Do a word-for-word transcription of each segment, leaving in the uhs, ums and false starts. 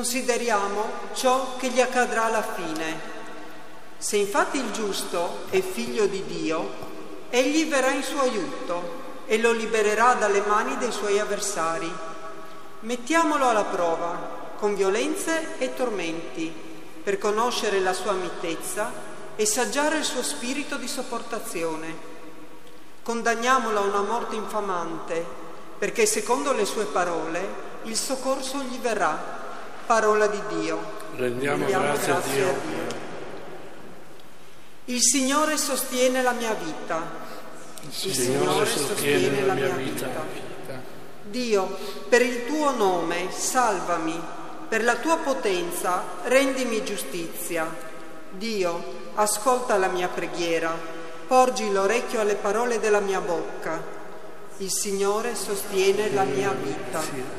Consideriamo ciò che gli accadrà alla fine. Se infatti il giusto è figlio di Dio, egli verrà in suo aiuto e lo libererà dalle mani dei suoi avversari. Mettiamolo alla prova con violenze e tormenti per conoscere la sua mitezza e saggiare il suo spirito di sopportazione. Condanniamolo a una morte infamante, perché secondo le sue parole il soccorso gli verrà. Parola di Dio. Rendiamo, Rendiamo grazie, grazie a Dio. a Dio. Il Signore sostiene la mia vita. Il, il Signore sostiene la mia vita. vita. Dio, per il tuo nome, salvami. Per la tua potenza, rendimi giustizia. Dio, ascolta la mia preghiera. Porgi l'orecchio alle parole della mia bocca. Il Signore sostiene la mia vita.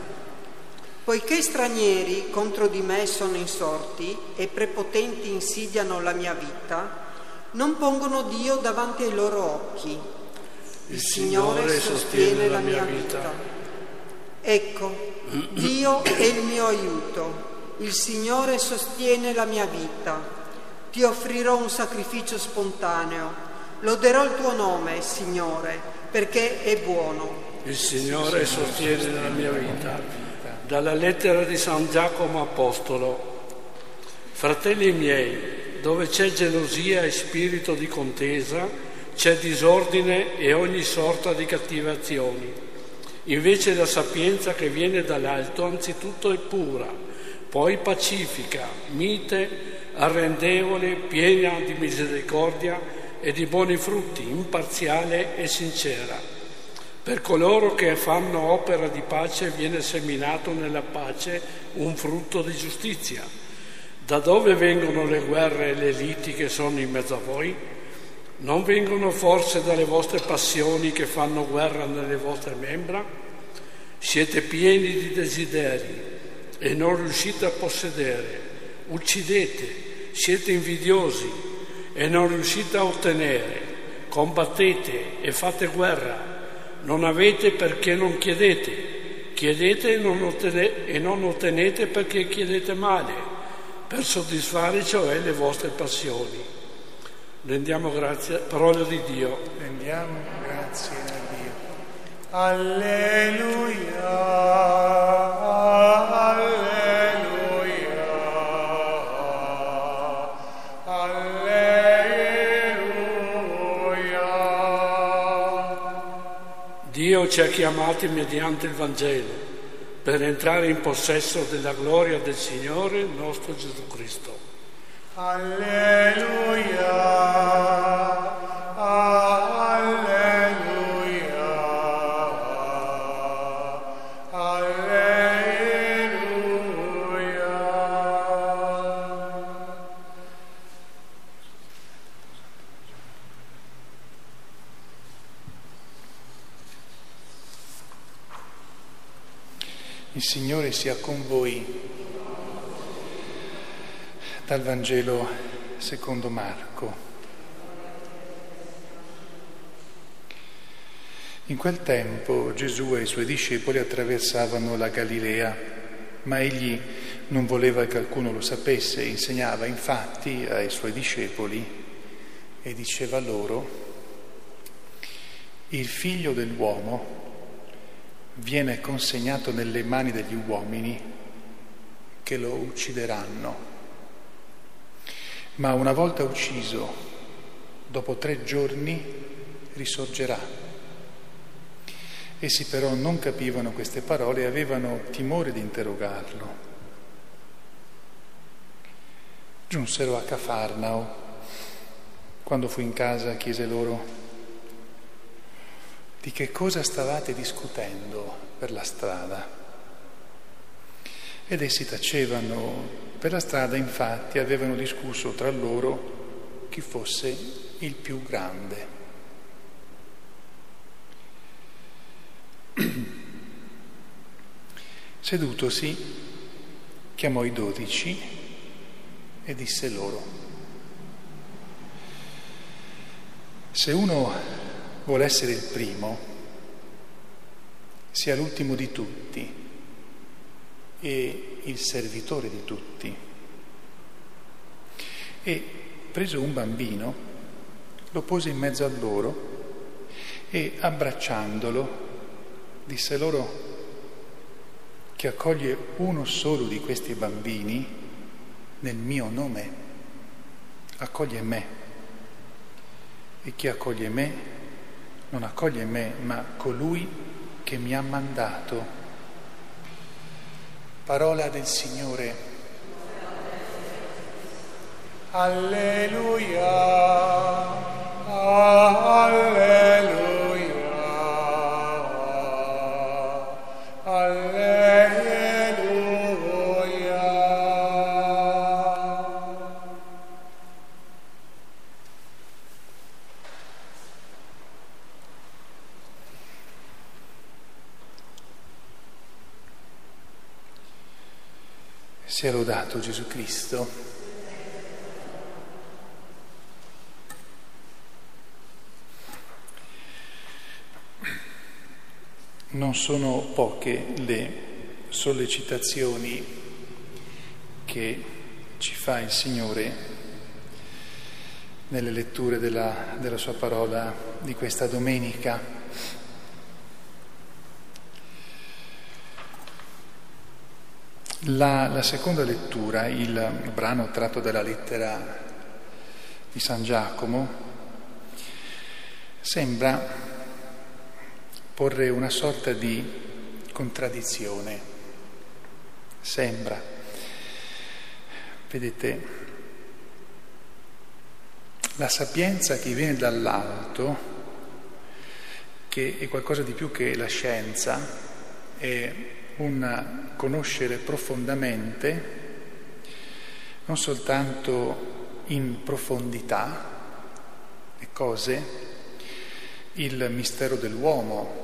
Poiché stranieri contro di me sono insorti e prepotenti insidiano la mia vita, non pongono Dio davanti ai loro occhi. Il, il Signore, Signore sostiene la mia vita. vita. Ecco, Dio è il mio aiuto. Il Signore sostiene la mia vita. Ti offrirò un sacrificio spontaneo. Loderò il tuo nome, Signore, perché è buono. Il Signore sostiene la mia vita. Dalla lettera di San Giacomo Apostolo. Fratelli miei, dove c'è gelosia e spirito di contesa, c'è disordine e ogni sorta di cattive azioni. Invece la sapienza che viene dall'alto anzitutto è pura, poi pacifica, mite, arrendevole, piena di misericordia e di buoni frutti, imparziale e sincera. Per coloro che fanno opera di pace viene seminato nella pace un frutto di giustizia. Da dove vengono le guerre e le liti che sono in mezzo a voi? Non vengono forse dalle vostre passioni che fanno guerra nelle vostre membra? Siete pieni di desideri e non riuscite a possedere. Uccidete, siete invidiosi e non riuscite a ottenere. Combattete e fate guerra. Non avete perché non chiedete, chiedete e non, ottenete, e non ottenete perché chiedete male, per soddisfare cioè le vostre passioni. Rendiamo grazie, parola di Dio. Rendiamo grazie a Dio. Alleluia, alleluia, alleluia. Dio ci ha chiamati mediante il Vangelo per entrare in possesso della gloria del Signore nostro Gesù Cristo. Alleluia, alleluia, alleluia. Il Signore sia con voi. Dal Vangelo secondo Marco. In quel tempo Gesù e i suoi discepoli attraversavano la Galilea, ma egli non voleva che alcuno lo sapesse. Insegnava infatti ai suoi discepoli e diceva loro: il figlio dell'uomo viene consegnato nelle mani degli uomini che lo uccideranno. Ma una volta ucciso, dopo tre giorni risorgerà. Essi però non capivano queste parole e avevano timore di interrogarlo. Giunsero a Cafarnao. Quando fu in casa chiese loro: di che cosa stavate discutendo per la strada? Ed essi tacevano. Per la strada, infatti, avevano discusso tra loro chi fosse il più grande. Sedutosi, chiamò i dodici e disse loro: se uno vuole essere il primo, sia l'ultimo di tutti e il servitore di tutti. E preso un bambino, lo pose in mezzo a loro e abbracciandolo disse loro: chi accoglie uno solo di questi bambini nel mio nome accoglie me, e chi accoglie me non accoglie me ma colui che mi ha mandato. Parola del Signore. Alleluia, alleluia, alleluia. Sia lodato Gesù Cristo. Non sono poche le sollecitazioni che ci fa il Signore nelle letture della, della sua parola di questa domenica. La, la seconda lettura, il brano tratto dalla lettera di San Giacomo, sembra porre una sorta di contraddizione. Sembra. Vedete, la sapienza che viene dall'alto, che è qualcosa di più che la scienza, è un conoscere profondamente, non soltanto in profondità le cose, il mistero dell'uomo,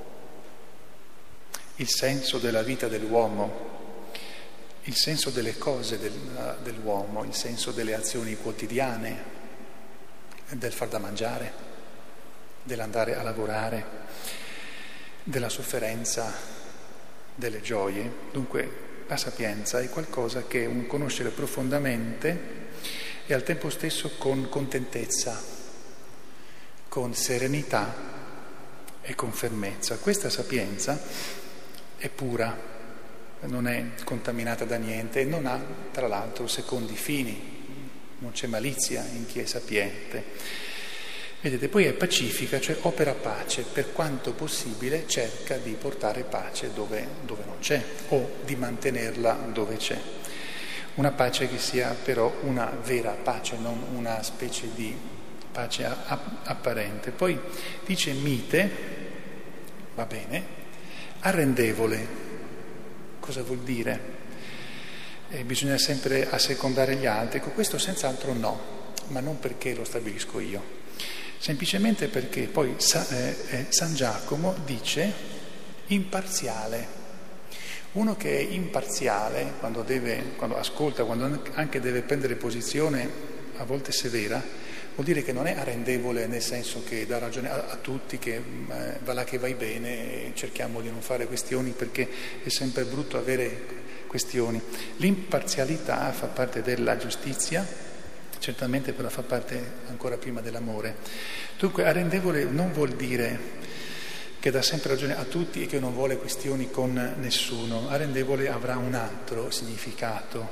il senso della vita dell'uomo, il senso delle cose del, dell'uomo, il senso delle azioni quotidiane, del far da mangiare, dell'andare a lavorare, della sofferenza, delle gioie. Dunque la sapienza è qualcosa che è un conoscere profondamente e al tempo stesso con contentezza, con serenità e con fermezza. Questa sapienza è pura, non è contaminata da niente e non ha, tra l'altro, secondi fini, non c'è malizia in chi è sapiente. Vedete, poi è pacifica, cioè opera pace, per quanto possibile cerca di portare pace dove, dove non c'è o di mantenerla dove c'è. Una pace che sia però una vera pace, non una specie di pace apparente. Poi dice mite, va bene, arrendevole. Cosa vuol dire? Eh, bisogna sempre assecondare gli altri. Ecco, questo senz'altro no, ma non perché lo stabilisco io, semplicemente perché poi eh, eh, San Giacomo dice imparziale. Uno che è imparziale, quando deve, quando ascolta, quando anche deve prendere posizione, a volte severa, vuol dire che non è arrendevole nel senso che dà ragione a, a tutti, che eh, va là che vai bene e cerchiamo di non fare questioni perché è sempre brutto avere questioni. L'imparzialità fa parte della giustizia, certamente però fa parte ancora prima dell'amore. Dunque arrendevole non vuol dire che dà sempre ragione a tutti e che non vuole questioni con nessuno. Arrendevole avrà un altro significato.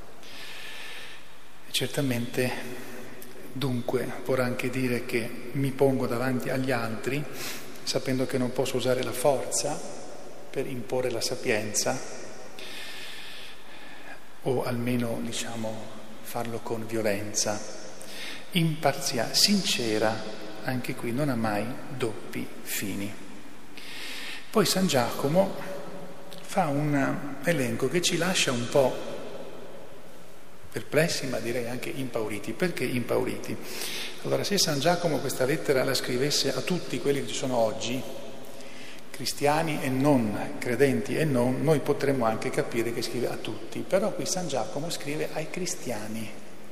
Certamente dunque vorrà anche dire che mi pongo davanti agli altri sapendo che non posso usare la forza per imporre la sapienza o almeno, diciamo, farlo con violenza. Imparziale, sincera, anche qui non ha mai doppi fini. Poi San Giacomo fa un elenco che ci lascia un po' perplessi, ma direi anche impauriti. Perché impauriti? Allora, se San Giacomo questa lettera la scrivesse a tutti quelli che ci sono oggi, cristiani e non, credenti e non, noi potremmo anche capire che scrive a tutti, però qui San Giacomo scrive ai cristiani.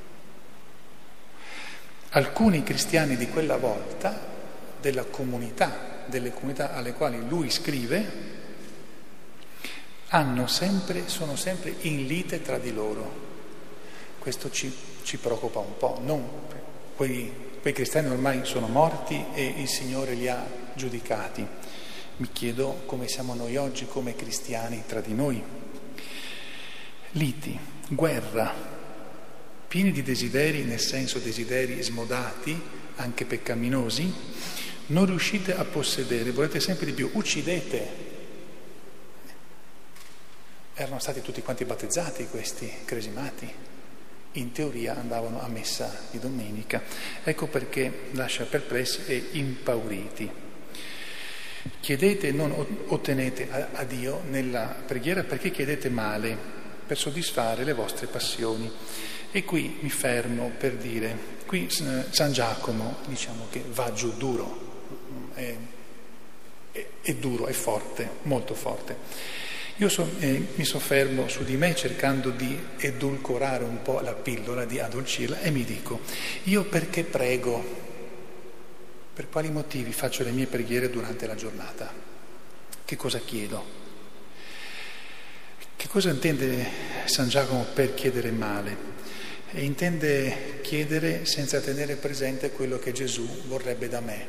Alcuni cristiani di quella volta, della comunità, delle comunità alle quali lui scrive, hanno sempre, sono sempre in lite tra di loro. Questo ci, ci preoccupa un po', non quei, quei cristiani ormai sono morti e il Signore li ha giudicati. Mi chiedo come siamo noi oggi come cristiani tra di noi. Liti, guerra, pieni di desideri, nel senso desideri smodati, anche peccaminosi, non riuscite a possedere, volete sempre di più, uccidete. Erano stati tutti quanti battezzati questi cresimati, in teoria andavano a messa di domenica. Ecco perché lascia perplessi e impauriti. Chiedete e non ottenete a, a Dio nella preghiera perché chiedete male, per soddisfare le vostre passioni. E qui mi fermo per dire, qui San Giacomo diciamo che va giù duro, è, è, è duro, è forte, molto forte. Io so, eh, mi soffermo su di me cercando di edulcorare un po' la pillola, di addolcirla, e mi dico, io perché prego? Per quali motivi faccio le mie preghiere durante la giornata? Che cosa chiedo? Che cosa intende San Giacomo per chiedere male? E intende chiedere senza tenere presente quello che Gesù vorrebbe da me.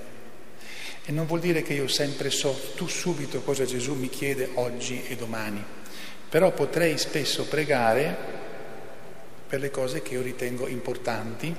E non vuol dire che io sempre so tu subito cosa Gesù mi chiede oggi e domani, però potrei spesso pregare per le cose che io ritengo importanti,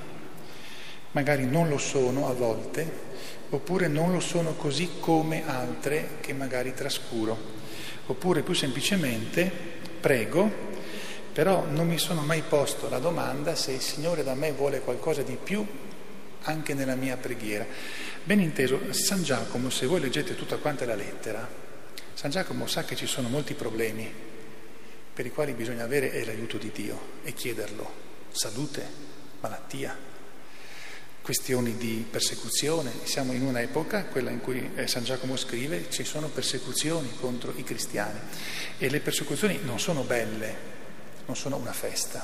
magari non lo sono a volte, oppure non lo sono così come altre che magari trascuro, oppure più semplicemente prego, però non mi sono mai posto la domanda se il Signore da me vuole qualcosa di più anche nella mia preghiera. Ben inteso, San Giacomo, se voi leggete tutta quanta la lettera, San Giacomo sa che ci sono molti problemi per i quali bisogna avere l'aiuto di Dio e chiederlo: salute, malattia, questioni di persecuzione. Siamo in un'epoca, quella in cui San Giacomo scrive, ci sono persecuzioni contro i cristiani e le persecuzioni non sono belle, non sono una festa.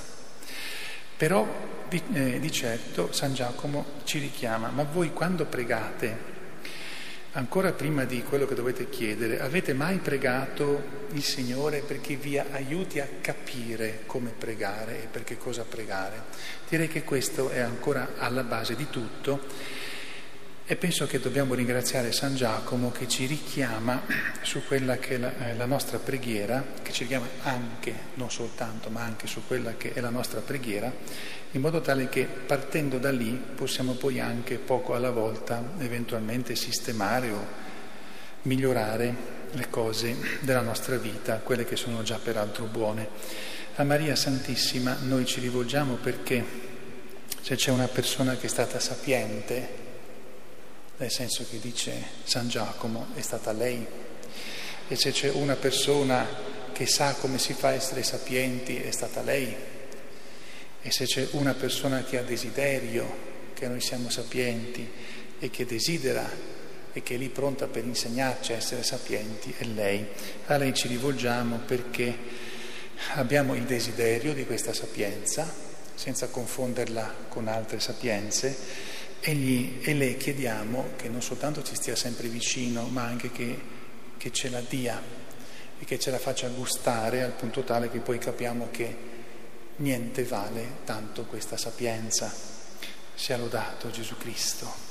Però di, eh, di certo San Giacomo ci richiama: ma voi quando pregate, ancora prima di quello che dovete chiedere, avete mai pregato il Signore perché vi aiuti a capire come pregare e per che cosa pregare? Direi che questo è ancora alla base di tutto e penso che dobbiamo ringraziare San Giacomo che ci richiama su quella che è la, la nostra preghiera, che ci richiama anche, non soltanto, ma anche su quella che è la nostra preghiera, in modo tale che partendo da lì possiamo poi anche poco alla volta eventualmente sistemare o migliorare le cose della nostra vita, quelle che sono già peraltro buone. A Maria Santissima noi ci rivolgiamo perché se c'è una persona che è stata sapiente, nel senso che dice San Giacomo, è stata lei, e se c'è una persona che sa come si fa a essere sapienti, è stata lei, e se c'è una persona che ha desiderio che noi siamo sapienti e che desidera e che è lì pronta per insegnarci a essere sapienti, è lei. A lei ci rivolgiamo perché abbiamo il desiderio di questa sapienza, senza confonderla con altre sapienze, e, gli, e le chiediamo che non soltanto ci stia sempre vicino, ma anche che, che ce la dia e che ce la faccia gustare al punto tale che poi capiamo che niente vale tanto questa sapienza. Sia lodato Gesù Cristo.